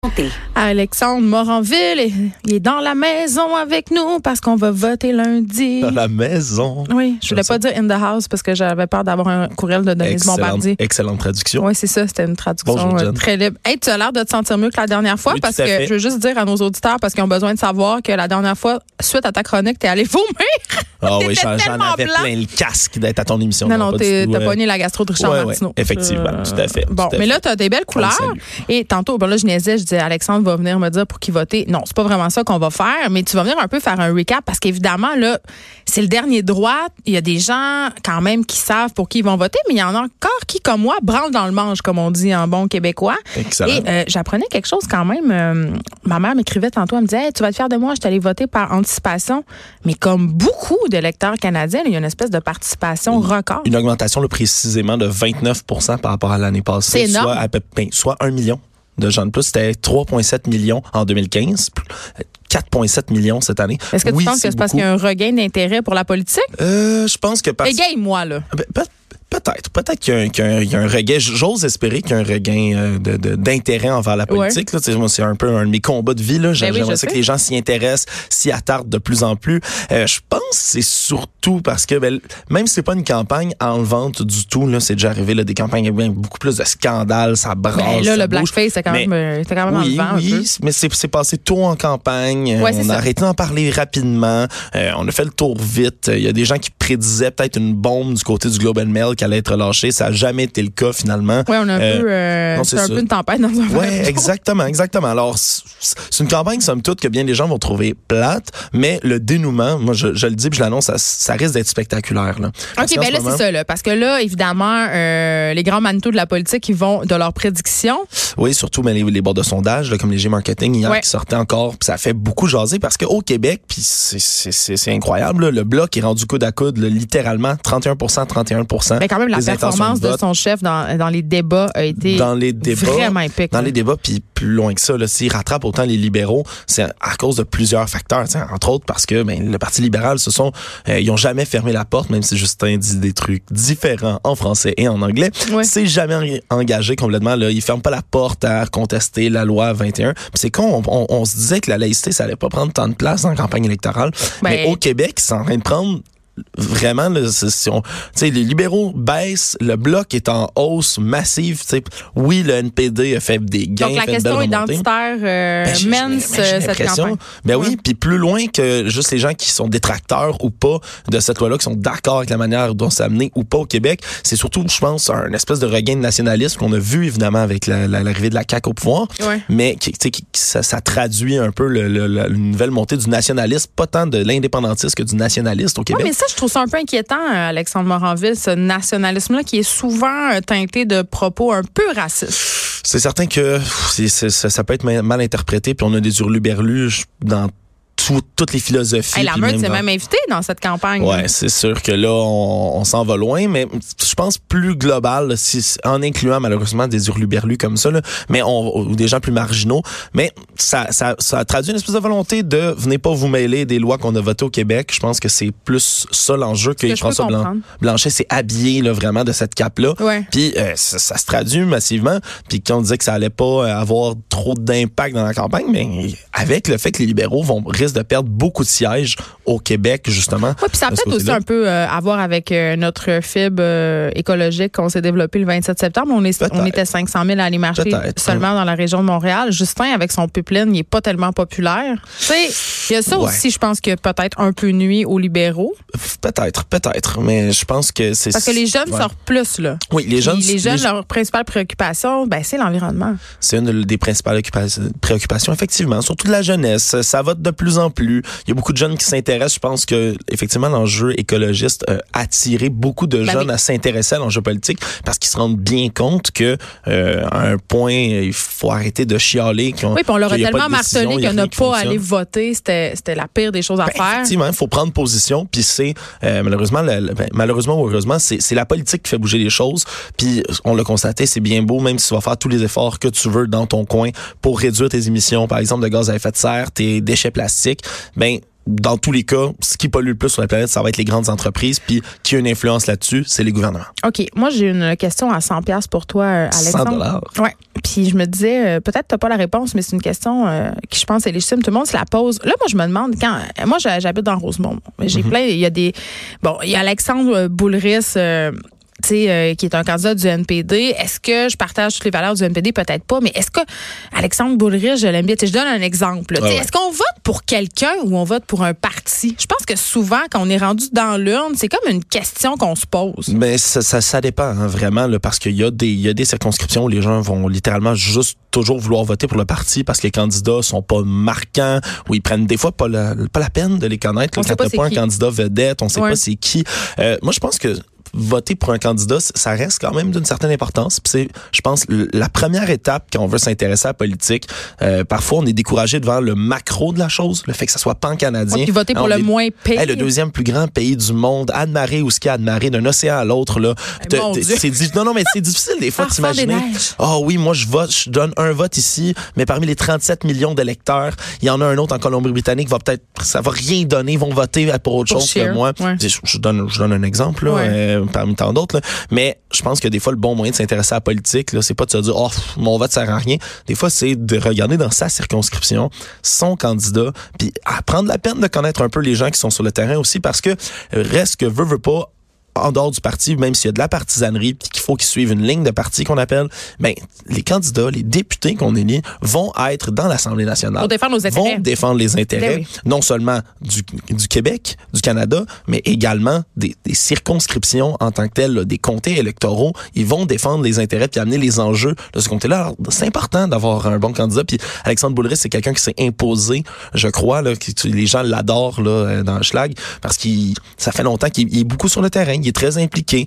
Alexandre Moranville, il est dans la maison avec nous parce qu'on va voter lundi. Dans la maison. Oui, je voulais pas dire in the house parce que j'avais peur d'avoir un courriel de Denise Bombardier. Excellente traduction. Oui, c'est ça, c'était une traduction Bonjour, très libre. Hey, tu as l'air de te sentir mieux que la dernière fois Oui, parce tout à que fait. je veux juste dire à nos auditeurs parce qu'ils ont besoin de savoir que la dernière fois, suite à ta chronique, t'es allé vomir. Ah oui, T'étais j'en tellement avais blanc. plein le casque d'être à ton émission. Non, pas du tout, t'as pogné la gastro de Richard Martineau. Effectivement, tout à fait. Bon, tout à mais fait. là, t'as des belles couleurs. Et tantôt, là, je niaisais, je disais, Alexandre va venir me dire pour qui voter. Non, c'est pas vraiment ça qu'on va faire, mais tu vas venir un peu faire un recap parce qu'évidemment, là, c'est le dernier droit. Il y a des gens, quand même, qui savent pour qui ils vont voter, mais il y en a encore qui, comme moi, branlent dans le manche, comme on dit en bon québécois. Excellent. Et j'apprenais quelque chose quand même. Ma mère m'écrivait tantôt, elle me disait, hey, tu vas te fier de moi, je suis allée voter par anticipation. Mais comme beaucoup d'électeurs canadiens, il y a une espèce de participation record. Une augmentation là, précisément de 29% par rapport à l'année passée. C'est énorme. Soit 1 million de gens de plus. C'était 3,7 millions en 2015. 4,7 millions cette année. Est-ce que tu penses que c'est parce qu'il y a un regain d'intérêt pour la politique? Je pense que Égaye-moi, là. Peut-être qu'il y a un regain. J'ose espérer qu'il y a un regain d'intérêt envers la politique. Ouais. Là, moi, c'est un peu un de mes combats de vie. Là. J'aimerais ça que les gens s'y intéressent, s'y attardent de plus en plus. Je pense que c'est surtout parce que même si c'est pas une campagne enlevante du tout, là, c'est déjà arrivé là, des campagnes avec beaucoup plus de scandales, ça brasse. Ben là, ça le bouge. blackface, c'est quand même enlevant. Oui, mais c'est passé tôt en campagne. Ouais, on a arrêté d'en parler rapidement. On a fait le tour vite. Il y a des gens qui prédisaient peut-être une bombe du côté du Globe and Mail qui allait être lâchée. Ça n'a jamais été le cas, finalement. Oui, on a un peu une tempête dans un Oui, exactement. Alors, c'est une campagne, somme toute, que bien des gens vont trouver plate, mais le dénouement, moi, je le dis puis je l'annonce, ça risque d'être spectaculaire. Là. OK, ben là, c'est ça, là. Parce que là, évidemment, les grands manteaux de la politique, ils vont de leurs prédictions. Oui, surtout les bords de sondage, là, comme les G-Marketing hier, qui sortaient encore, puis ça fait beaucoup jaser parce qu'au Québec, puis c'est incroyable, là, le Bloc est rendu coude à coude, là, littéralement 31%. Mais quand même, la performance de son chef dans les débats a été vraiment épique. Dans les débats, puis plus loin que ça, là, s'il rattrape autant les libéraux, c'est à cause de plusieurs facteurs. Entre autres parce que le Parti libéral, ils n'ont jamais fermé la porte, même si Justin dit des trucs différents en français et en anglais. Ouais. C'est jamais engagé complètement. Là, ils ferment pas la porte à contester la loi 21. Puis c'est con, on se disait que la laïcité, ça allait pas prendre tant de place dans la campagne électorale. Mais au Québec, c'est en train de prendre vraiment, les libéraux baissent, le Bloc est en hausse massive. Oui, le NPD a fait des gains. Donc, la question identitaire mène cette campagne. Oui, puis plus loin que juste les gens qui sont détracteurs ou pas de cette loi-là, qui sont d'accord avec la manière dont c'est amené ou pas au Québec, c'est surtout, je pense, un espèce de regain de nationalisme qu'on a vu, évidemment, avec l'arrivée de la CAQ au pouvoir, mais ça traduit un peu une nouvelle montée du nationalisme, pas tant de l'indépendantiste que du nationaliste au Québec. Mais ça, je trouve ça un peu inquiétant, Alexandre Moranville, ce nationalisme-là qui est souvent teinté de propos un peu racistes. C'est certain que ça peut être mal interprété, puis on a des hurluberlus dans toutes les philosophies. La Meute s'est même invitée dans cette campagne. Oui, c'est sûr que là, on s'en va loin, mais je pense plus global, là, en incluant malheureusement des hurluberlus comme ça, là, mais ou des gens plus marginaux, mais ça traduit une espèce de volonté de venez pas vous mêler des lois qu'on a votées au Québec. Je pense que c'est plus ça l'enjeu que François Blanchet s'est habillé là, vraiment de cette cape-là. Ouais. Puis ça se traduit massivement. Puis quand on disait que ça allait pas avoir trop d'impact dans la campagne, mais avec le fait que les libéraux risquent de perdre beaucoup de sièges au Québec, justement. Oui, puis ça a peut-être aussi un peu à voir avec notre fibre écologique qu'on s'est développé le 27 septembre. On était 500 000 à aller marcher seulement dans la région de Montréal. Justin, avec son pipeline, il n'est pas tellement populaire. Tu sais, il y a ça aussi, je pense, que peut-être un peu nuit aux libéraux. Peut-être, mais je pense que c'est... Parce que les jeunes sortent plus, là. Oui, les jeunes, leur principale préoccupation, c'est l'environnement. C'est une des principales préoccupations, effectivement, surtout de la jeunesse. Ça vote de plus en plus. Il y a beaucoup de jeunes qui s'intéressent. Je pense que effectivement l'enjeu écologiste a attiré beaucoup de jeunes à s'intéresser à l'enjeu politique parce qu'ils se rendent bien compte que à un point, il faut arrêter de chialer. Oui, puis on leur a tellement martelé que ne pas aller voter, c'était la pire des choses à faire. Effectivement, il faut prendre position. Puis c'est malheureusement ou heureusement, c'est la politique qui fait bouger les choses. Puis on l'a constaté, c'est bien beau, même si tu vas faire tous les efforts que tu veux dans ton coin pour réduire tes émissions, par exemple de gaz à effet de serre, tes déchets plastiques. dans tous les cas, ce qui pollue le plus sur la planète, ça va être les grandes entreprises, puis qui a une influence là-dessus, c'est les gouvernements. OK. Moi, j'ai une question à $100 pour toi, Alexandre. $100? Oui. Puis je me disais, peut-être tu n'as pas la réponse, mais c'est une question qui, je pense, est légitime. Tout le monde se la pose. Là, moi, je me demande, moi, j'habite dans Rosemont. J'ai plein, il y a Alexandre Boulris, qui est un candidat du NPD. Est-ce que je partage toutes les valeurs du NPD? Peut-être pas, mais est-ce que Alexandre Boulris, je l'aime bien? Je donne un exemple. Est-ce qu'on vote pour quelqu'un ou on vote pour un parti? Je pense que souvent, quand on est rendu dans l'urne, c'est comme une question qu'on se pose. Mais ça dépend, vraiment, là, parce qu'il y a des circonscriptions où les gens vont littéralement juste toujours vouloir voter pour le parti parce que les candidats sont pas marquants, ou ils prennent des fois pas la peine de les connaître. Quand t'as pas un candidat vedette, on sait pas c'est qui. Moi, je pense que voter pour un candidat, ça reste quand même d'une certaine importance. Puis c'est, je pense, la première étape quand on veut s'intéresser à la politique. Parfois, on est découragé devant le macro de la chose, le fait que ça soit pan-canadien. Puis voter pour le moins pire. Le deuxième plus grand pays du monde, admirer où ce qu'il y a admirer d'un océan à l'autre, là. C'est difficile des fois de s'imaginer. Oui, moi je vote, je donne un vote ici, mais parmi les 37 millions d'électeurs, il y en a un autre en Colombie-Britannique, ça va rien donner, ils vont voter pour autre chose que moi. Ouais. Je donne un exemple, là. Parmi tant d'autres, là. Mais je pense que des fois, le bon moyen de s'intéresser à la politique, là, c'est pas de se dire, mon vote sert à rien. Des fois, c'est de regarder dans sa circonscription son candidat, puis à prendre la peine de connaître un peu les gens qui sont sur le terrain aussi, parce que reste que veut pas, en dehors du parti, même s'il y a de la partisanerie puis qu'il faut qu'ils suivent une ligne de parti qu'on appelle, les candidats, les députés qu'on élit vont être dans l'Assemblée nationale. Pour défendre nos intérêts. Vont défendre les intérêts, non seulement du Québec, du Canada, mais également des circonscriptions en tant que telles, là, des comtés électoraux. Ils vont défendre les intérêts puis amener les enjeux de ce comté-là. Alors, c'est important d'avoir un bon candidat. Puis Alexandre Boulris, c'est quelqu'un qui s'est imposé, je crois, là, les gens l'adorent là, dans le schlag, parce ça fait longtemps qu'il est beaucoup sur le terrain. Il est très impliqué.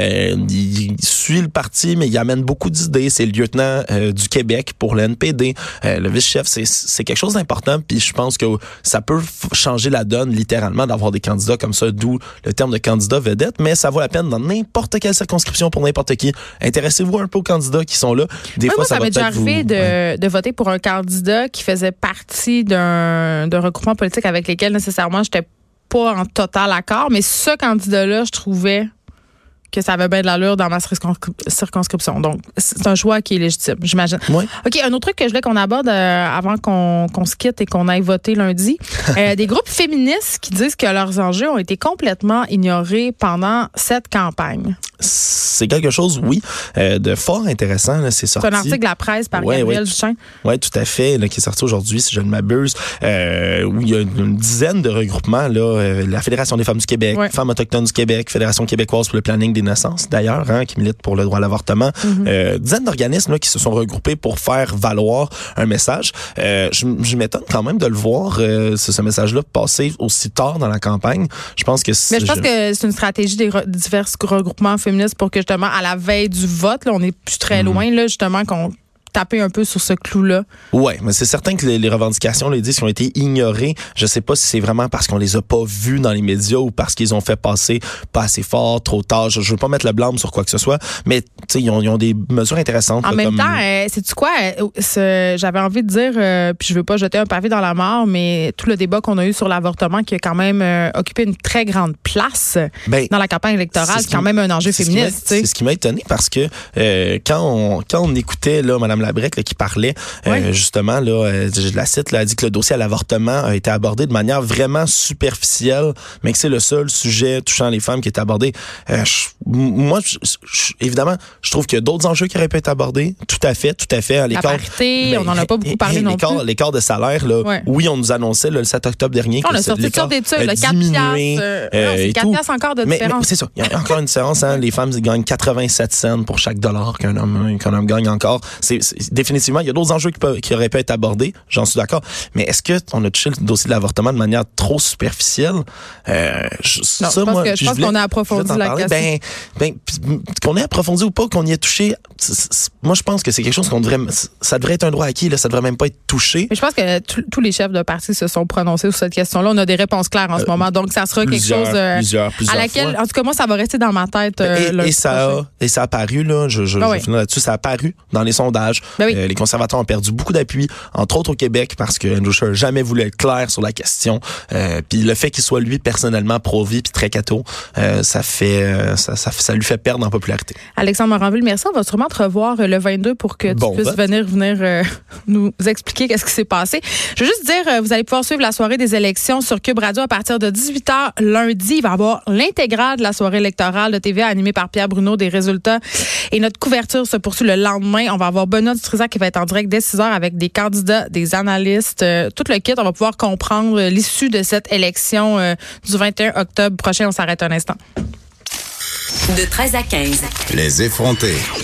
Il suit le parti, mais il amène beaucoup d'idées. C'est le lieutenant du Québec pour le NPD. Le vice-chef, c'est quelque chose d'important. Puis je pense que ça peut changer la donne, littéralement, d'avoir des candidats comme ça, d'où le terme de candidat vedette. Mais ça vaut la peine dans n'importe quelle circonscription pour n'importe qui. Intéressez-vous un peu aux candidats qui sont là. Des fois, ça m'est déjà arrivé de voter pour un candidat qui faisait partie d'un regroupement politique avec lesquels nécessairement j'étais pas en total accord, mais ce candidat-là, je trouvais que ça avait bien de l'allure dans ma circonscription. Donc, c'est un choix qui est légitime, j'imagine. Oui. OK, un autre truc que je voulais qu'on aborde avant qu'on se quitte et qu'on aille voter lundi. Des groupes féministes qui disent que leurs enjeux ont été complètement ignorés pendant cette campagne. C'est quelque chose, oui, de fort intéressant. Là, c'est sorti. C'est un article de la presse par Gabriel Duchesne. Oui, tout à fait, là, qui est sorti aujourd'hui, si je ne m'abuse, où il y a une dizaine de regroupements. Là, la Fédération des femmes du Québec, Femmes autochtones du Québec, Fédération québécoise pour le planning des naissances, d'ailleurs, qui milite pour le droit à l'avortement. Dizaines d'organismes là, qui se sont regroupés pour faire valoir un message. Je m'étonne quand même de le voir, ce message-là, passer aussi tard dans la campagne. Je pense que c'est une stratégie des divers regroupements féministes pour que, justement, à la veille du vote, là, on n'est plus très loin, là, justement, qu'on taper un peu sur ce clou-là. Oui, mais c'est certain que les revendications, les disques ont été ignorées. Je sais pas si c'est vraiment parce qu'on les a pas vues dans les médias ou parce qu'ils ont fait passer pas assez fort, trop tard. Je veux pas mettre le blâme sur quoi que ce soit, mais ils ont des mesures intéressantes. En même temps, sais-tu quoi? J'avais envie de dire, puis je veux pas jeter un pavé dans la mare, mais tout le débat qu'on a eu sur l'avortement qui a quand même occupé une très grande place dans la campagne électorale, c'est quand même un enjeu féministe. C'est ce qui m'a étonné parce que quand on écoutait là, Mme Labrec là, qui parlait justement, là, je la cite, là, elle dit que le dossier à l'avortement a été abordé de manière vraiment superficielle, mais que c'est le seul sujet touchant les femmes qui est abordé. Évidemment, je trouve qu'il y a d'autres enjeux qui auraient pu être abordés. Tout à fait. La parité, on n'en a pas beaucoup parlé non plus. L'écart de salaire, là, oui, on nous annonçait là, le 7 octobre dernier on a sorti toutes sortes d'études, le 4 piastres encore de différence. Mais c'est ça, il y a encore une différence. Les femmes gagnent 87 cents pour chaque dollar qu'un homme gagne encore. Définitivement, il y a d'autres enjeux qui auraient pu être abordés, j'en suis d'accord. Mais est-ce qu'on a touché le dossier de l'avortement de manière trop superficielle? Je pense qu'on a approfondi la question. Qu'on ait approfondi ou pas, qu'on y ait touché, moi je pense que c'est quelque chose ça devrait être un droit acquis, là, ça devrait même pas être touché. Mais je pense que tous les chefs de parti se sont prononcés sur cette question-là. On a des réponses claires en ce moment, donc ça sera quelque chose plusieurs à laquelle, en tout cas moi, ça va rester dans ma tête. Et ça a paru, là, je vais finir là-dessus, ça a paru dans les sondages. sondage. Ben oui. Les conservateurs ont perdu beaucoup d'appui, entre autres au Québec, parce que Andrew Scheer n'a jamais voulu être clair sur la question. Puis le fait qu'il soit lui personnellement pro-vie puis très catho, ça lui fait perdre en popularité. Alexandre Moranville, merci. On va sûrement te revoir le 22 pour que tu puisses venir nous expliquer qu'est-ce qui s'est passé. Je veux juste dire, vous allez pouvoir suivre la soirée des élections sur Cube Radio à partir de 18h lundi. Il va y avoir l'intégrale de la soirée électorale de TVA animée par Pierre Bruno des résultats. Et notre couverture se poursuit le lendemain. On va avoir Benoît Dutrisac qui va être en direct dès 6h avec des candidats, des analystes, tout le kit. On va pouvoir comprendre l'issue de cette élection du 21 octobre prochain. On s'arrête un instant. De 13 à 15. Les effrontés.